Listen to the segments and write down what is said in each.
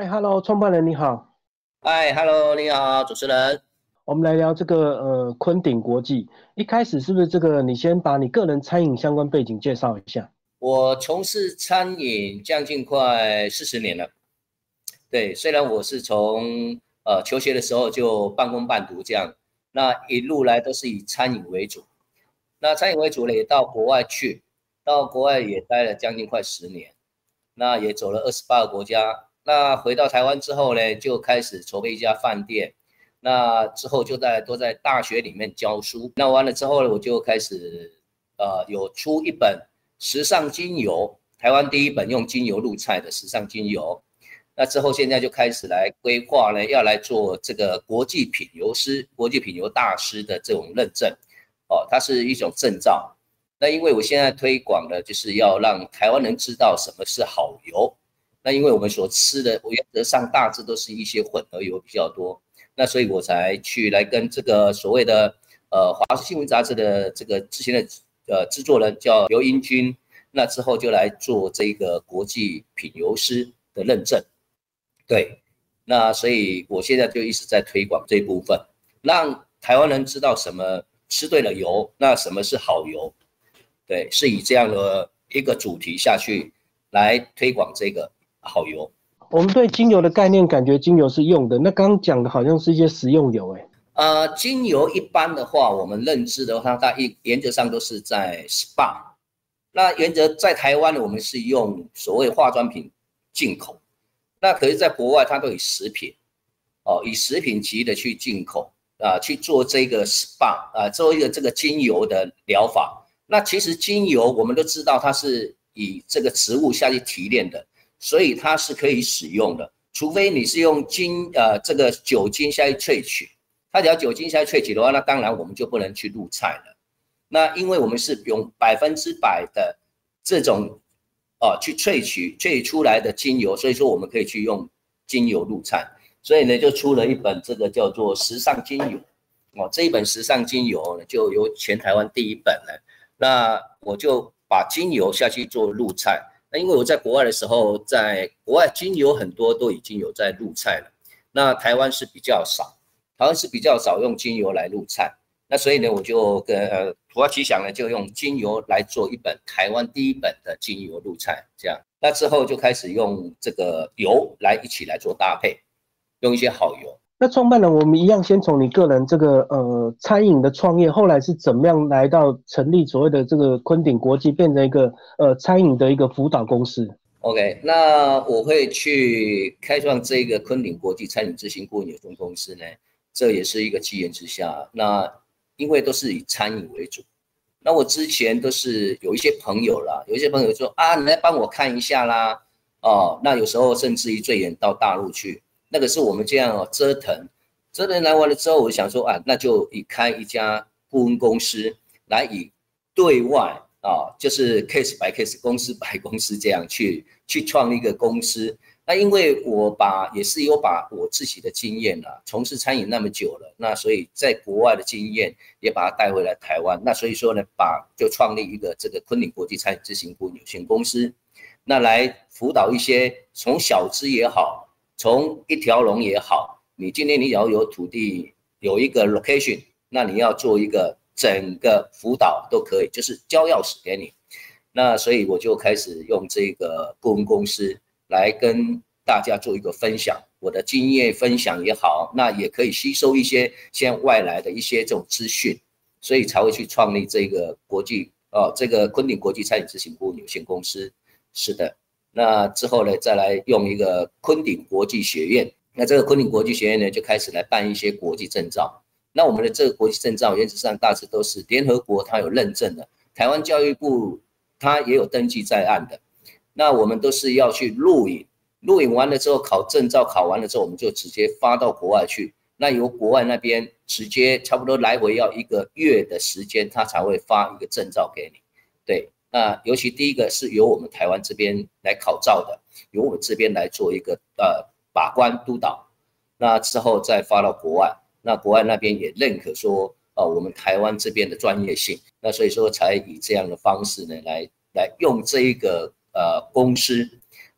嗨，Hello，创办人你好， 嗨，Hello，你好，主持人。 我们来聊这个昆鼎国际。一开始是不是这个你先把你个人餐饮相关背景介绍一下？ 我从事餐饮将近快40年了。对，虽然我是从求学的时候就半工半读这样，那一路来都是以餐饮为主。那餐饮为主呢，也到国外去，到国外也待了将近快10年，那也走了28个国家。那回到台湾之后呢，就开始筹备一家饭店。那之后都在大学里面教书。那完了之后呢，我就开始有出一本时尚精油，台湾第一本用精油入菜的时尚精油。那之后现在就开始来规划呢，要来做这个国际品油师、国际品油大师的这种认证。它是一种证照。那因为我现在推广的就是要让台湾人知道什么是好油。那因为我们所吃的原则上大致都是一些混合油比较多，那所以我才去来跟这个所谓的华视新闻杂志的这个之前的制作人叫刘英军，那之后就来做这个国际品油师的认证。对，那所以我现在就一直在推广这一部分，让台湾人知道什么吃对了油，那什么是好油。对，是以这样的一个主题下去来推广这个好油。 我们对精油的概念，感觉精油是用的，那刚刚讲的好像是一些食用油，哎， 精油一般的话，我们认知的话，它原则上都是在 SPA。那原则在台湾呢，我们是用所谓化妆品进口。那可是，在国外它都以食品以食品级的去进口去做这个 SPA 做一个这个精油的疗法。那其实精油我们都知道它是以这个植物下去提炼的，所以它是可以使用的。除非你是用这个酒精下去萃取，它只要酒精下去萃取的话，那当然我们就不能去入菜了。那因为我们是用100%的这种去萃出来的精油，所以说我们可以去用精油入菜。所以呢，就出了一本这个叫做时尚精油这一本时尚精油呢，就由全台湾第一本了。那我就把精油下去做入菜。那因为我在国外的时候，在国外精油很多都已经有在入菜了，那台湾是比较少，台湾是比较少用精油来入菜。那所以呢，我就突发奇想呢，就用精油来做一本台湾第一本的精油入菜，这样。那之后就开始用这个油来一起来做搭配，用一些好油。 那创办人，我们一样先从你个人这个餐饮的创业，后来是怎么样来到成立所谓的这个昆鼎国际，变成一个餐饮的一个辅导公司？ OK，那我会去开创这个昆鼎国际餐饮咨询顾问有限公司呢，这也是一个机缘之下。那因为都是以餐饮为主，那我之前都是有一些朋友啦，有一些朋友说你来帮我看一下啦，那有时候甚至于最远到大陆去，那个是我们这样折腾，折腾来完了之后，我想说那就以开一家顾问公司来以对外就是 case by case 公司 by 公司这样去创立一个公司。那因为我也是有把我自己的经验从事餐饮那么久了，那所以在国外的经验也把它带回来台湾。那所以说呢，就创立一个这个昆鼎国际餐饮咨询顾问有限公司，那来辅导一些从小资也好，从一条龙也好，你今天你只要有土地有一个 location， 那你要做一个整个辅导都可以，就是交钥匙给你。那所以我就开始用这个顾问公司来跟大家做一个分享，我的经验分享也好，那也可以吸收一些现在外来的一些这种资讯，所以才会去创立这个这个昆鼎国际餐饮咨询顾问有限公司。是的，那之后呢，再来用一个昆鼎国际学院，那这个昆鼎国际学院呢，就开始来办一些国际证照。那我们的这个国际证照原则上大致都是联合国它有认证的，台湾教育部它也有登记在案的。那我们都是要去录影，录影完了之后考证照，考完了之后我们就直接发到国外去。那由国外那边直接差不多来回要1个月的时间，他才会发一个证照给你。对，那尤其第一个是由我们台湾这边来考照的，由我们这边来做一个把关督导，那之后再发到国外。那国外那边也认可说我们台湾这边的专业性，那所以说才以这样的方式呢来用这一个公司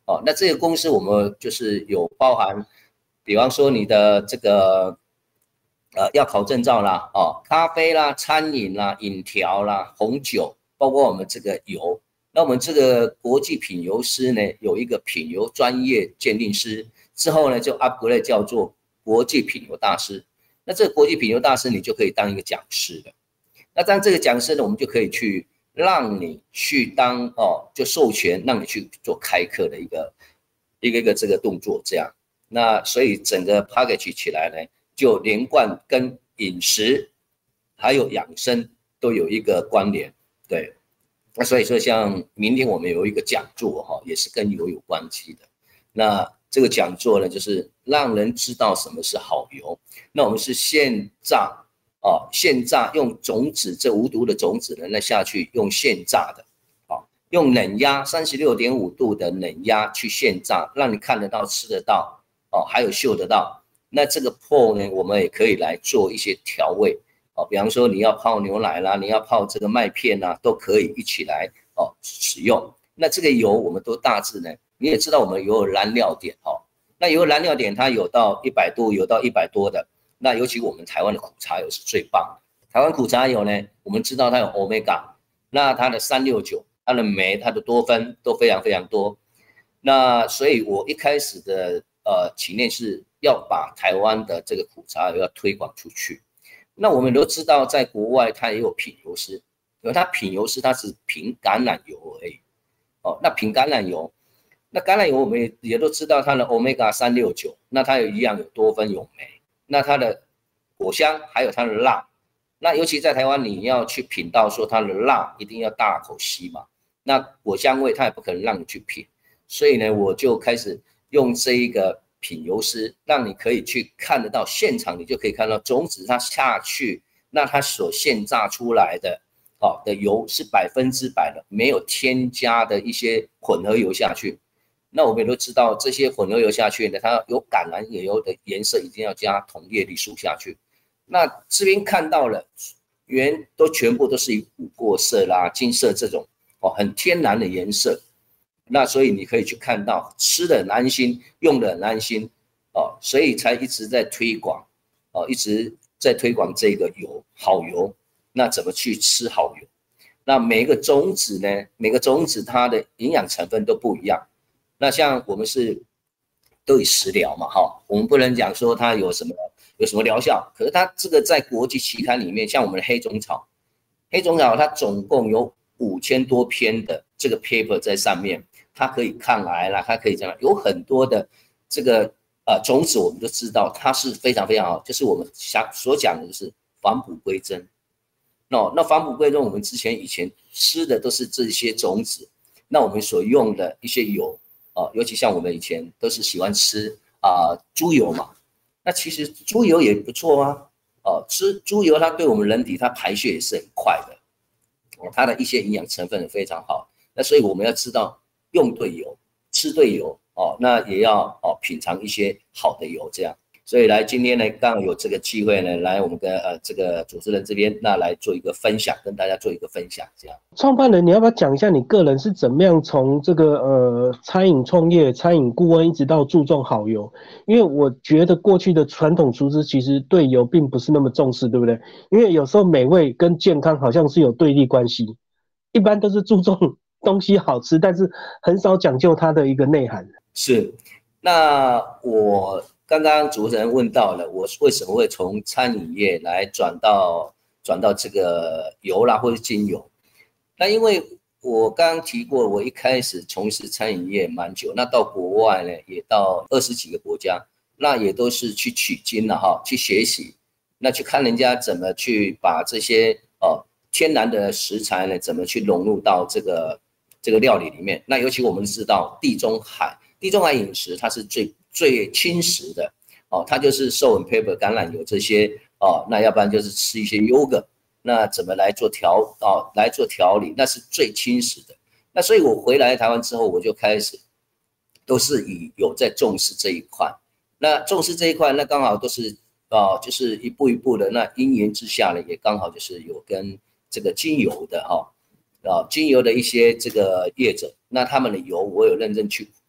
哦，那这个公司我们就是有包含，比方说你的这个要考证照啦，哦，咖啡啦、餐饮啦、饮调啦、红酒，包括我们这个油。那我们这个国际品油师呢，有一个品油专业鉴定师，之后呢就 upgrade 叫做国际品油大师。那这个国际品油大师，你就可以当一个讲师了。那当这个讲师呢，我们就可以去让你去当就授权让你去做开课的一个这个动作，这样。那所以整个 package 起来呢，就连贯跟饮食还有养生都有一个关联，对。那所以说，像明天我们有一个讲座也是跟油有关系的。那这个讲座呢，就是让人知道什么是好油。那我们是现榨现榨用种子，这无毒的种子呢，那下去用现榨的，用冷压36.5度的冷压去现榨，让你看得到、吃得到还有嗅得到。那这个破呢，我们也可以来做一些调味。比方说你要泡牛奶啦，你要泡这个麦片啦，都可以一起来使用。那这个油我们都大致呢，你也知道我们油有燃料点那油燃料点它有到100度，有到100多的。那尤其我们台湾的苦茶油是最棒的。台湾苦茶油呢，我们知道它有 Omega， 那它的369，它的酶、它的多酚都非常非常多。那所以我一开始的理念是要把台湾的这个苦茶油要推广出去。那我们都知道，在国外它也有品油师，因为它品油师它只品橄榄油而已。那品橄榄油，那橄榄油我们也都知道它的 Omega 369，那它有一样有多酚有酶，那它的果香还有它的辣。那尤其在台湾，你要去品到说它的辣，一定要大口吸嘛。那果香味它也不可能让你去品，所以呢，我就开始用这一个品油师，让你可以去看得到现场，你就可以看到种子它下去，那它所现榨出来的的油是100%的，没有添加的一些混合油下去。那我们也都知道，这些混合油下去呢，它有橄榄油的颜色一定要加铜叶绿素下去。那这边看到了全部都是以五过色啦、金色这种很天然的颜色。那所以你可以去看到，吃的很安心，用的很安心所以才一直在推广一直在推广这个油，好油。那怎么去吃好油？那每个种子呢，每个种子它的营养成分都不一样。那像我们是都以食疗嘛我们不能讲说它有什么疗效，可是它这个在国际期刊里面，像我们的黑种草它总共有5000多篇的这个 paper 在上面，它可以抗癌啦，它可以这样，有很多的这个种子，我们都知道它是非常非常好，就是我们所讲的就是返璞归真。那返璞归真，我们以前吃的都是这些种子，那我们所用的一些油尤其像我们以前都是喜欢吃猪油嘛，那其实猪油也不错吃猪油它对我们人体它排泄也是很快的它的一些营养成分非常好。那所以我们要知道用对油，吃对油那也要品尝一些好的油这样。所以来今天呢，刚好有这个机会呢，来我们跟这个主持人这边，那来做一个分享，跟大家做一个分享这样。 创办人，你要不要讲一下你个人是怎么样从这个餐饮创业、餐饮顾问一直到注重好油？因为我觉得过去的传统厨师其实对油并不是那么重视，对不对？因为有时候美味跟健康好像是有对立关系，一般都是注重东西好吃，但是很少讲究它的一个内涵。 是，那我刚刚主持人问到了，我为什么会从餐饮业来转到这个油啦，或者精油？那因为我刚刚提过，我一开始从事餐饮业蛮久，那到国外呢，也到20几个国家，那也都是去取经了去学习，那去看人家怎么去把这些天然的食材呢，怎么去融入到这个料理里面。那尤其我们知道地中海饮食，它是最轻食的它就是 salt and pepper 橄榄油这些那要不然就是吃一些 yogurt， 那怎么来做调理，那是最轻食的。那所以我回来台湾之后，我就开始都是有在重视这一块。那重视这一块，那刚好都是就是一步一步的。那因缘之下呢，也刚好就是有跟这个精油的精油的一些这个业者，那他们的油我有认真去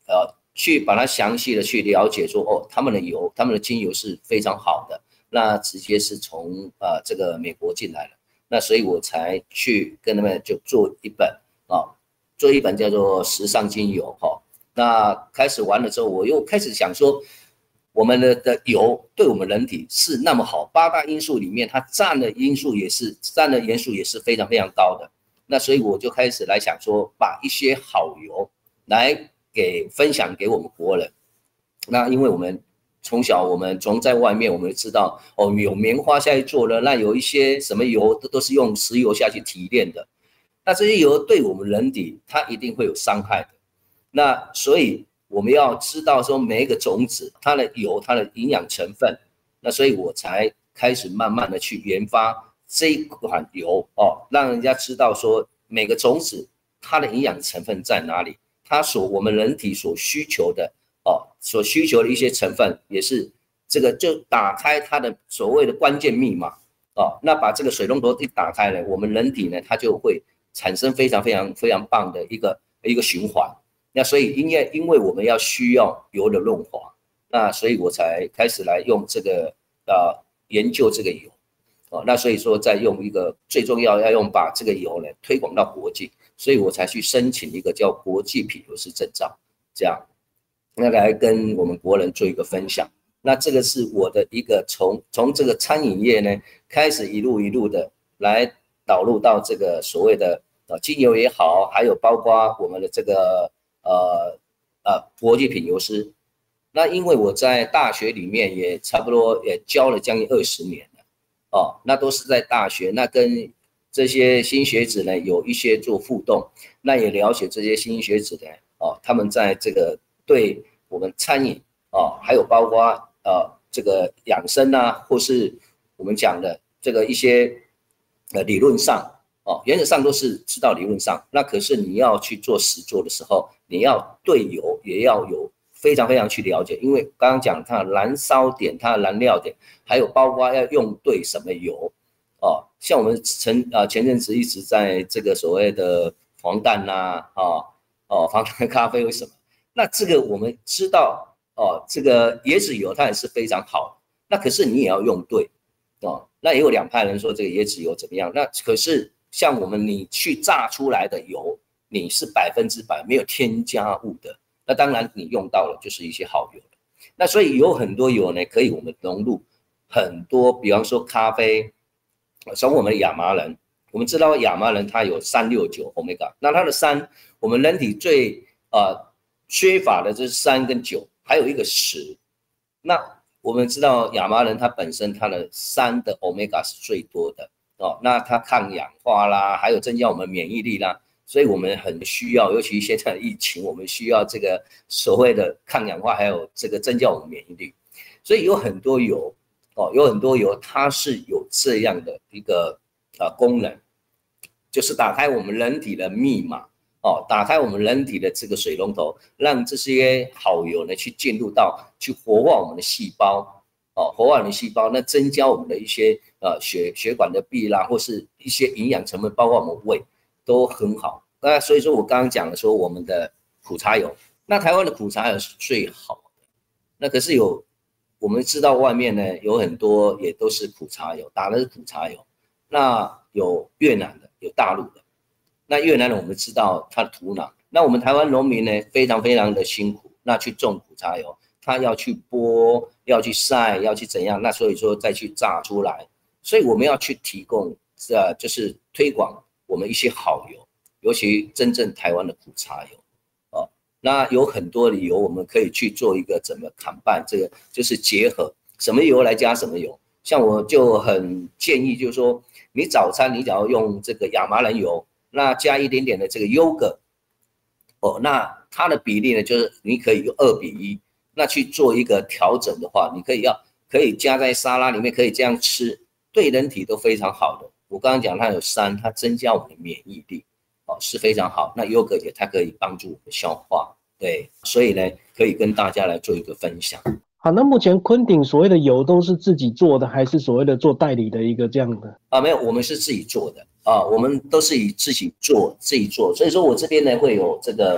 去把它详细的去了解说，哦，他们的精油是非常好的，那直接是从这个美国进来了，那所以我才去跟他们就做一本叫做时尚精油那开始完了之后，我又开始想说，我们的油对我们人体是那么好，8大因素里面它占的元素也是非常非常高的。那所以我就开始来想说，把一些好油来分享给我们国人。那因为我们从小我们从在外面我们知道有棉花下去做的，那有一些什么油都是用石油下去提炼的，那这些油对我们人体它一定会有伤害的。那所以我们要知道说每一个种子它的油它的营养成分，那所以我才开始慢慢的去研发这一款油让人家知道说每个种子它的营养成分在哪里，我们人体所需求的一些成分也是这个，就打开它的所谓的关键密码那把这个水龙头一打开了，我们人体呢它就会产生非常非常非常棒的一个循环。那所以因为我们需要油的润滑，那所以我才开始来用这个研究这个油那所以说再用一个最重要把这个油呢推广到国际，所以我才去申请一个叫国际品油师证照，这样那来跟我们国人做一个分享。那这个是我的一个从这个餐饮业呢开始一路的来导入到这个所谓的精油也好，还有包括我们的这个国际品油师。那因为我在大学里面也差不多也教了将近20年了那都是在大学，那跟这些新学子呢有一些做互动，那也了解这些新学子呢他们在这个对我们餐饮还有包括这个养生或是我们讲的这个一些理论上原则上都是知道理论上，那可是你要去做实作的时候，你要对油也要有非常非常去了解，因为刚刚讲它的燃烧点、它的燃料点，还有包括要用对什么油像我们前阵子一直在这个所谓的黄蛋黄蛋咖啡为什么？那这个我们知道这个椰子油它也是非常好，那可是你也要用对那也有2派人说这个椰子油怎么样，那可是像你去榨出来的油，你是100%没有添加物的，那当然你用到了就是一些好油。那所以有很多油呢可以我们融入很多，比方说咖啡，从我们的亚麻仁，我们知道亚麻仁它有369 Omega， 那它的3我们人体最缺乏的就是3跟9，还有一个10。那我们知道亚麻仁它本身它的3的 Omega 是最多的那它抗氧化啦，还有增加我们免疫力啦，所以我们很需要，尤其现在疫情，我们需要这个所谓的抗氧化，还有这个增加我们免疫力。所以有很多油它是有这样的一个功能，就是打开我们人体的密码打开我们人体的这个水龙头，让这些好油呢去进入到去活化我们的细胞活化我们的细胞，那增加我们的一些血管的壁啦，或是一些营养成分，包括我们胃都很好。那所以说我刚刚讲了说我们的苦茶油，那台湾的苦茶油是最好的，那可是我们知道外面呢有很多也都是苦茶油，打的是苦茶油，那有越南的，有大陆的。那越南的我们知道它的土壤，那我们台湾农民呢非常非常的辛苦，那去种苦茶油，他要去剥，要去晒，要去怎样，那所以说再去榨出来，所以我们要去提供就是推广我们一些好油，尤其真正台湾的苦茶油那有很多的油我们可以去做一个怎么combine，这个就是结合什么油来加什么油。像我就很建议就是说，你早餐你只要用这个亚麻仁油，那加一点点的这个优格那它的比例呢就是你可以用2:1，那去做一个调整的话，你可以加在沙拉里面，可以这样吃，对人体都非常好的。我刚刚讲它有3，它增加我们的免疫力是非常好。那优格也它可以帮助我们消化，对，所以呢可以跟大家来做一个分享。 好，那目前昆鼎所谓的油都是自己做的，还是所谓的做代理的一个这样的？ 没有，我们是自己做的我们都是以自己做，所以说我这边呢会有这个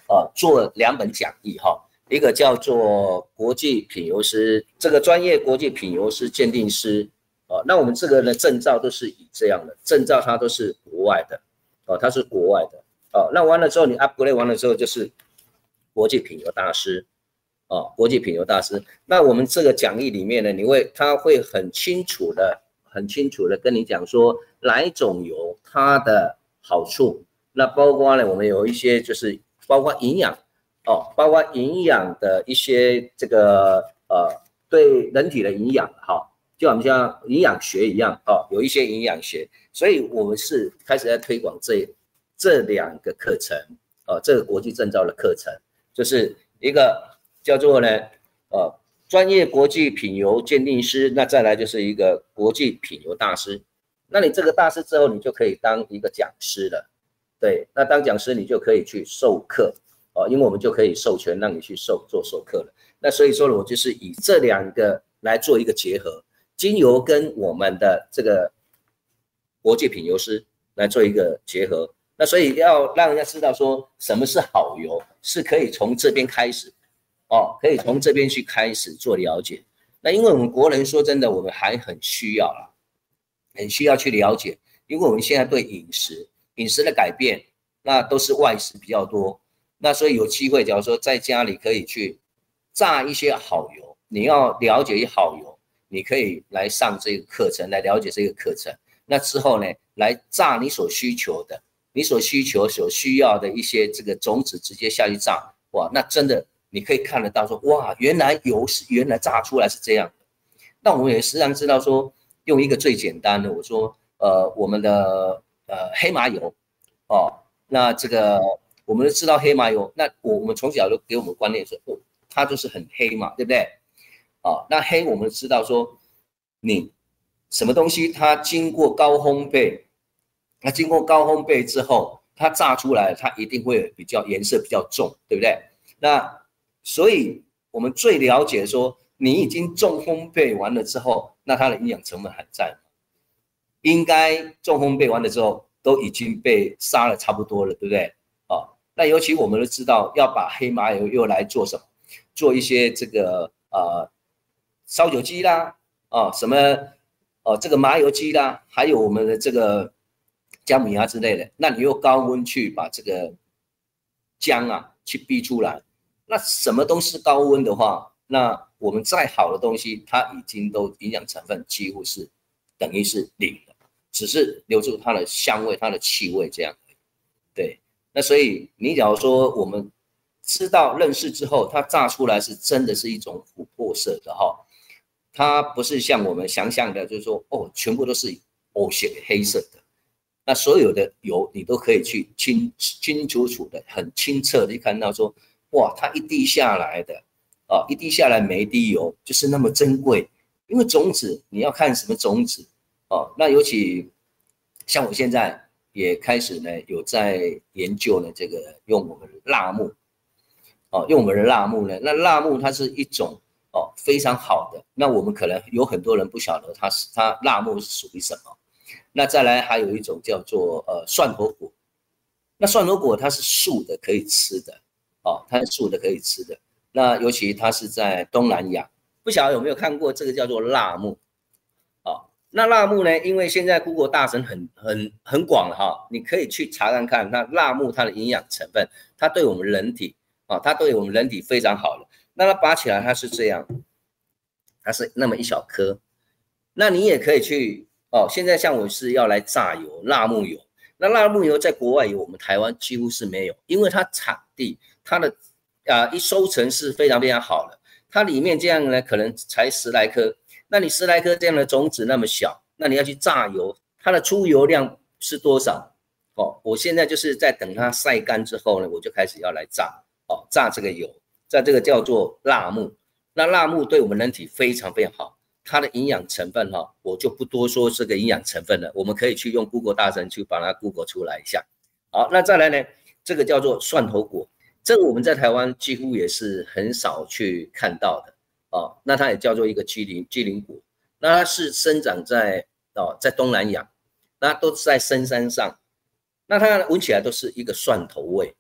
做2本讲义哈，一个叫做国际品油师，这个专业国际品油师鉴定师那我们这个呢证照都是以这样的，证照它都是国外的它是国外的那完了之后你 upgrade 完了之后就是国际品油大师国际品油大师。那我们这个讲义里面呢，他会很清楚的跟你讲说哪一种油它的好处，那包括呢我们有一些就是包括营养包括营养的一些这个对人体的营养就好像营养学一样有一些营养学，所以我们是开始在推广这2个课程这个国际证照的课程，就是一个叫做呢专业国际品油鉴定师，那再来就是一个国际品油大师。那你这个大师之后，你就可以当一个讲师了。对，那当讲师你就可以去授课因为我们就可以授权让你去做授课了。那所以说呢，我就是以这2个来做一个结合，精油跟我们的这个国际品油师来做一个结合。那所以要让人家知道说什么是好油，是可以从这边开始可以从这边去开始做了解。那因为我们国人说真的，我们还很需要去了解，因为我们现在对饮食的改变，那都是外食比较多，那所以有机会，假如说在家里可以去榨一些好油，你要了解好油，你可以来上这个课程，来了解这个课程。那之后呢，来榨你所需要的一些这个种子，直接下去榨，哇，那真的你可以看得到说，哇，原来榨出来是这样的。那我们也实际上知道说，用一个最简单的，我说我们的黑麻油那这个我们都知道黑麻油，那我们从小就给我们观念说它就是很黑嘛，对不对那黑我们知道说你什么东西它经过高烘焙，那经过高烘焙之后它榨出来它一定会颜色比较重，对不对？那所以我们最了解说你已经重烘焙完了之后，那它的营养成分还在吗？应该重烘焙完了之后都已经被杀了差不多了，对不对那尤其我们都知道要把黑麻油又来做什么，做一些这个烧酒鸡啦什么这个麻油鸡啦，还有我们的这个姜母鸭之类的，那你用高温去把这个姜去逼出来，那什么东西高温的话，那我们再好的东西它已经都营养成分几乎是等于是0了，只是留住它的香味它的气味这样。对，那所以你假如说我们知道认识之后，它榨出来是真的是一种琥珀色的它不是像我们想象的就是说全部都是藕血黑色的，那所有的油你都可以去清楚的很清澈的去看到说，哇，它一滴下来的一滴下来每一滴油就是那么珍贵。因为种子你要看什么种子那尤其像我现在也开始呢有在研究呢这个用我们的辣木用我们的辣木呢，那辣木它是一种非常好的，那我们可能有很多人不晓得它辣木是属于什么。那再来还有一种叫做蒜头果，那蒜头果它是素的可以吃的它是素的可以吃的。那尤其它是在东南亚，不晓得有没有看过这个叫做辣木那辣木呢，因为现在 Google 大神很广了你可以去查看看那辣木它的营养成分，它对我们人体它对我们人体非常好的。那它拔起来它是这样，它是那么一小颗。那你也可以去现在像我是要来榨油辣木油，那辣木油在国外有，我们台湾几乎是没有，因为它产地它的一收成是非常非常好的，它里面这样呢可能才10来颗，那你10来颗这样的种子那么小，那你要去榨油，它的出油量是多少我现在就是在等它晒干之后呢，我就开始要来榨这个油，榨这个叫做辣木。那辣木对我们人体非常非常好，它的营养成分我就不多说这个营养成分了，我们可以去用 Google 大神去把它 Google 出来一下。好，那再来呢，这个叫做蒜头果，这个我们在台湾几乎也是很少去看到的那它也叫做一个鸡灵果，那它是生长在东南亚，那都是在深山上，那它闻起来都是一个蒜头味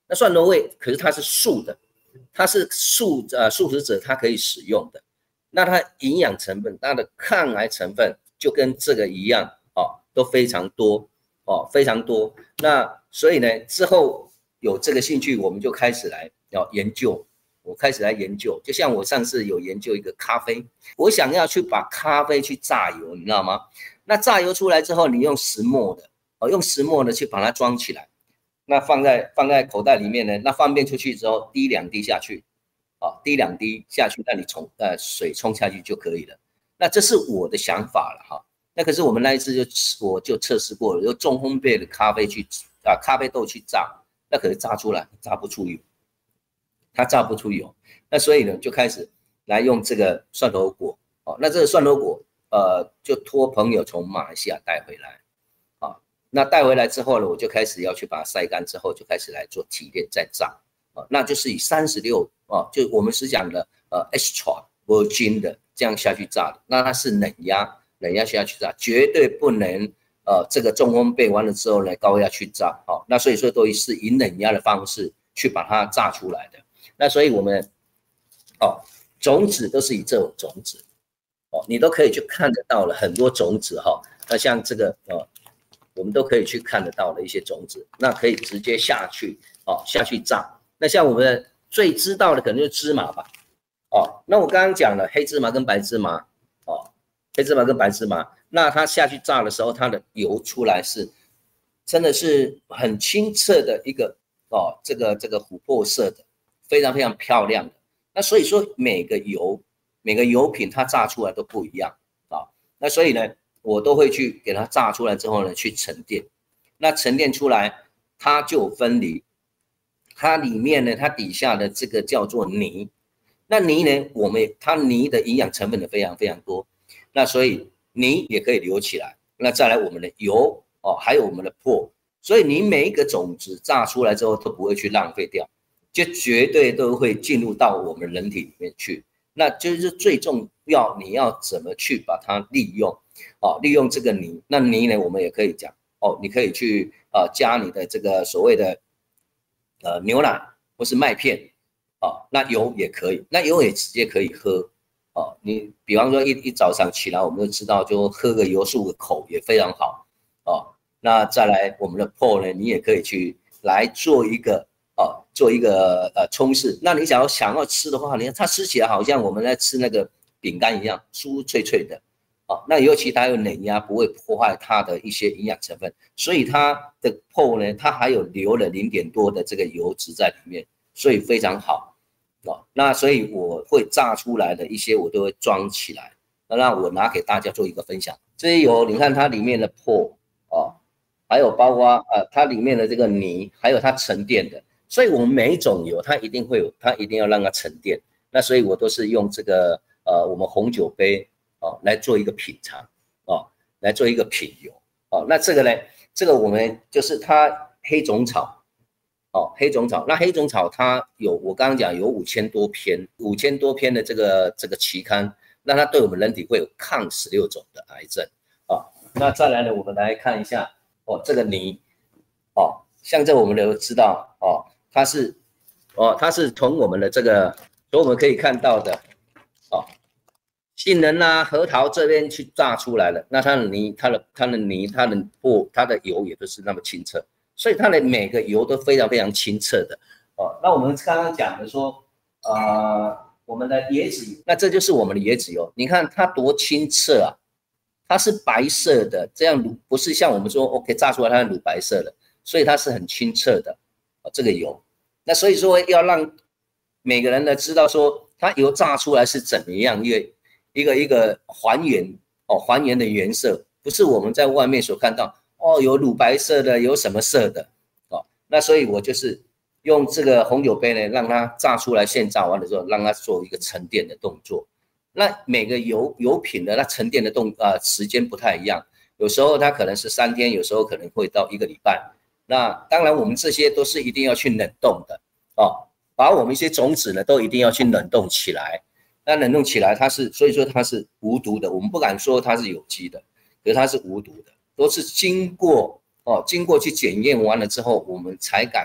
那蒜头味可是它是素的，它是素食者它可以使用的，那它营养成分、它的抗癌成分就跟这个一样都非常多非常多。那所以呢，之后有这个兴趣，我们就开始来研究。我开始来研究，就像我上次有研究一个咖啡，我想要去把咖啡去榨油，你知道吗？那榨油出来之后，你用石磨的用石磨的去把它装起来，那放在口袋里面呢，那方便出去之后滴2滴下去，滴2滴下去，那你水冲下去就可以了。那这是我的想法了哈。那可是我们那一次我就测试过了，用重烘焙的咖啡豆去榨，那可是榨出来榨不出油。它榨不出油，那所以呢，就开始来用这个蒜头果那这个蒜头果就托朋友从马来西亚带回来那带回来之后呢，我就开始要去把它晒干之后，就开始来做提炼再榨那就是以36就我们是讲的extra virgin 的这样下去榨的，那它是冷压下去榨，绝对不能这个重烘焙完了之后呢高压去榨那所以说都是以冷压的方式去把它榨出来的。那所以我们种子都是以这种种子你都可以去看得到了很多种子那像这个我们都可以去看得到的一些种子，那可以直接下去榨。那像我们最知道的可能就是芝麻吧那我刚刚讲了黑芝麻跟白芝麻黑芝麻跟白芝麻，那它下去榨的时候，它的油出来是真的是很清澈的一个这个琥珀色的。非常非常漂亮的，那所以说每个油品它榨出来都不一样那所以呢，我都会去给它榨出来之后呢，去沉淀。那沉淀出来，它就有分离，它里面呢，它底下的这个叫做泥。那泥呢，它泥的营养成分的非常非常多，那所以泥也可以留起来。那再来我们的油还有我们的粕，所以你每一个种子榨出来之后都不会去浪费掉。就绝对都会进入到我们人体里面去，那就是最重要，你要怎么去把它利用利用这个泥。那泥呢，我们也可以讲你可以去加你的这个所谓的牛奶或是麦片那油也可以，那油也直接可以喝你比方说一早上起来，我们就知道就喝个油漱个口也非常好那再来我们的粕呢，你也可以去来做一个冲刺。那你想要吃的话，你看它吃起来好像我们在吃那个饼干一样，酥脆脆的那尤其它有冷压，不会破坏它的一些营养成分，所以它的粕呢，它还有留了0点多的这个油脂在里面，所以非常好那所以我会榨出来的一些我都会装起来，那我拿给大家做一个分享。这些油你看它里面的粕还有包括它里面的这个泥，还有它沉淀的。所以我们每一种油它一定要让它沉淀，那所以我都是用这个我们红酒杯来做一个品尝来做一个品油那这个呢，这个我们就是它黑种草黑种草，那黑种草它我刚刚讲有5000多篇的这个期刊，那它对我们人体会有抗16种的癌症那再来呢，我们来看一下这个泥像这我们都知道它是从我们的这个，所以我们可以看到的杏仁核桃这边去榨出来了，那它的泥、它的粕、它的油也都是那么清澈，所以它的每个油都非常非常清澈的那我们刚刚讲的说我们的椰子油，那这就是我们的椰子油，你看它多清澈它是白色的，这样不是像我们说 OK 榨出来它是乳白色的，所以它是很清澈的这个油。那所以说要让每个人呢知道说它油榨出来是怎么样一个还原的原色，不是我们在外面所看到有乳白色的，有什么色的那所以我就是用这个红酒杯呢，让它榨出来，现榨完了之后，让它做一个沉淀的动作。那每个油品的它沉淀的时间不太一样，有时候它可能是3天，有时候可能会到1个礼拜。那当然我们这些都是一定要去冷冻的把我们一些种子呢都一定要去冷冻起来。那冷冻起来所以说它是无毒的，我们不敢说它是有机的，可是它是无毒的，都是经过去检验完了之后，我们才敢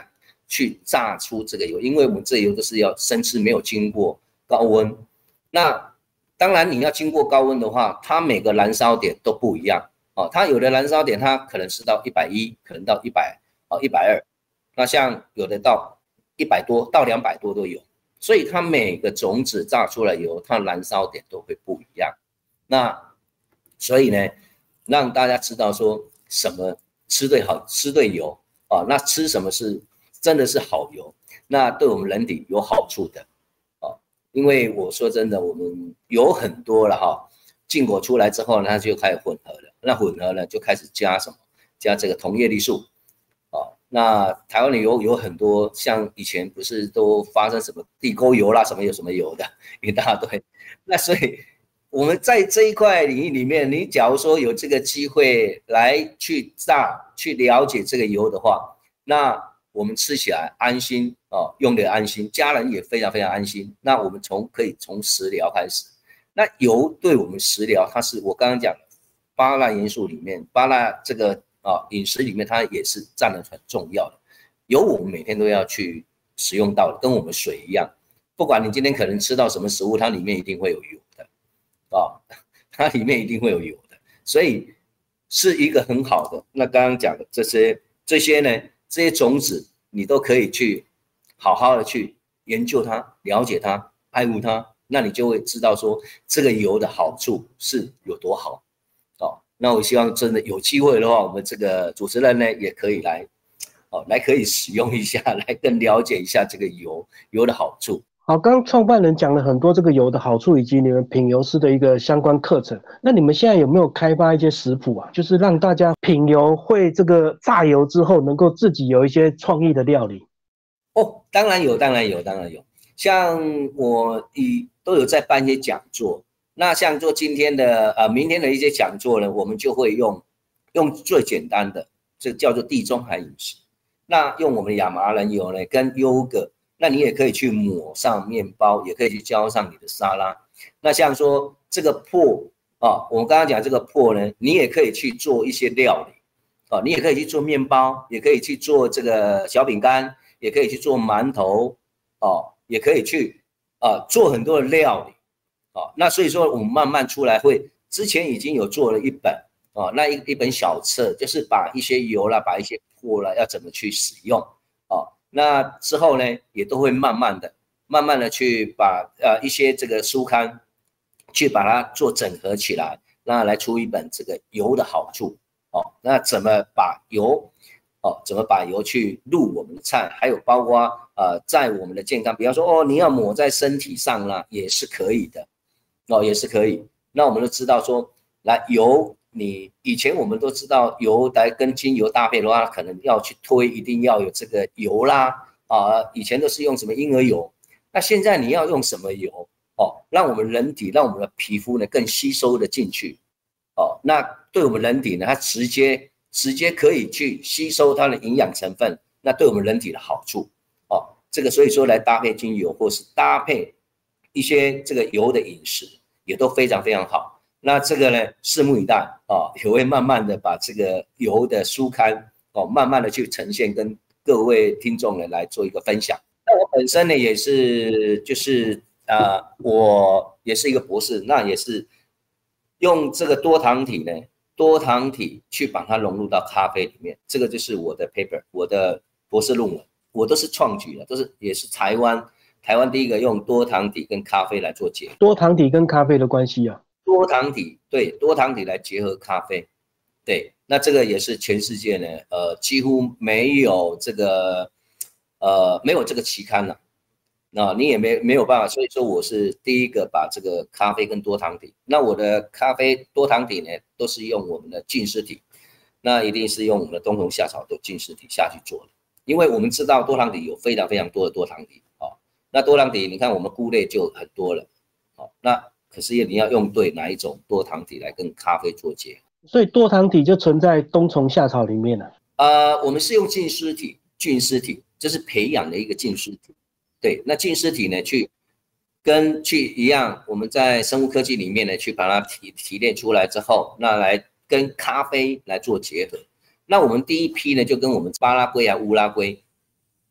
去榨出这个油，因为我们这油都是要生吃，没有经过高温。那当然你要经过高温的话，它每个燃烧点都不一样哦。它有的燃烧点它可能是到110，可能到100哦120，那像有的到100多到200多都有。所以它每个种子榨出来油，它燃烧点都会不一样。那所以呢，让大家知道说什么吃对好，吃对油啊，那吃什么是真的是好油，那对我们人体有好处的啊。因为我说真的，我们油很多了哈，进口出来之后呢，它就开始混合了。那混合呢，就开始加什么？加这个铜叶绿素。那台湾的油有很多，像以前不是都发生什么地沟油啦，什么有什么油的一大堆。那所以我们在这一块领域里面，你假如说有这个机会来去去了解这个油的话，那我们吃起来安心哦，用的安心，家人也非常非常安心。那我们可以从食疗开始。那油对我们食疗，它是我刚刚讲的8大元素里面，8大这个饮食里面它也是占了很重要的。油我们每天都要去使用到的，跟我们水一样，不管你今天可能吃到什么食物，它里面一定会有油的它里面一定会有油的，所以是一个很好的。那刚刚讲的这些呢，这些种子你都可以去好好的去研究它，了解它，爱护它，那你就会知道说这个油的好处是有多好。那我希望真的有机会的话，我们这个主持人呢也可以来可以使用一下，来更了解一下这个油的好处。 好，刚刚创办人讲了很多这个油的好处，以及你们品油师的一个相关课程。那你们现在有没有开发一些食谱啊？就是让大家品油会这个榨油之后，能够自己有一些创意的料理？ 当然有。像我都有在办一些讲座。那像做今天的明天的一些讲座呢，我们就会用最简单的，这叫做地中海饮食。那用我们亚麻仁油呢，跟优格，那你也可以去抹上面包，也可以去浇上你的沙拉。那像说这个破我们刚刚讲这个破呢，你也可以去做一些料理你也可以去做面包，也可以去做这个小饼干，也可以去做馒头也可以去做很多的料理。那所以说我们慢慢出来之前已经有做了一本那一本小册，就是把一些油啦，把一些破啦要怎么去使用那之后呢，也都会慢慢的去把一些这个书刊去把它做整合起来，那来出一本这个油的好处那怎么把油去入我们的菜，还有包括在我们的健康，比方说你要抹在身体上啦，也是可以的也是可以。那我们都知道说，油以前我们都知道油来跟精油搭配的话，可能要去推一定要有这个油啦以前都是用什么婴儿油，那现在你要用什么油让我们人体让我们的皮肤呢更吸收的进去那对我们人体呢，它直接可以去吸收它的营养成分，那对我们人体的好处这个所以说来搭配精油或是搭配一些这个油的饮食也都非常非常好。那这个呢，拭目以待也会慢慢的把这个油的书刊慢慢的去呈现，跟各位听众呢来做一个分享。那我本身呢也是就是我也是一个博士，那也是用这个多糖体去把它融入到咖啡里面，这个就是我的 paper， 我的博士论文，我都是创举的，也是台湾第一个用多糖体跟咖啡来做结合。 多糖体跟咖啡的关系啊？ 多糖体来结合咖啡，对，那这个也是全世界呢，几乎没有这个期刊了，那你也没有办法，所以说我是第一个把这个咖啡跟多糖体，那我的咖啡多糖体呢，都是用我们的浸湿体，那一定是用我们的冬虫夏草的浸湿体下去做的，因为我们知道多糖体有非常非常多的多糖体那多糖体你看我们菇类就很多了那可是你要用对哪一种多糖体来跟咖啡做结合， 所以多糖体就存在冬虫夏草里面了我们是用浸湿体，就是培养的一个浸湿体。对，那浸湿体呢，去一样，我们在生物科技里面呢，去把它提炼出来之后，那来跟咖啡来做结合。那我们第一批呢，就跟我们巴拉圭乌拉圭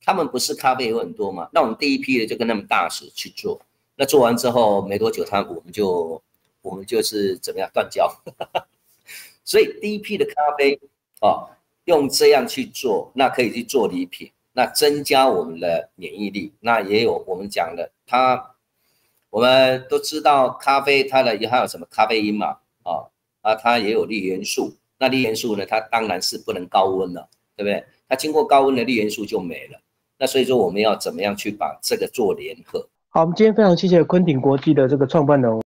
他们不是咖啡有很多嘛？那我们第一批的就跟他们大使去做，那做完之后没多久，我们就是怎么样断交，所以第一批的咖啡用这样去做，那可以去做礼品，那增加我们的免疫力。那也有我们讲的，我们都知道咖啡它有什么咖啡因嘛，它也有绿元素。那绿元素呢，它当然是不能高温了，对不对？它经过高温的绿元素就没了。那所以说我们要怎么样去把这个做联合？ 好，我们今天非常谢谢昆鼎国际的这个创办人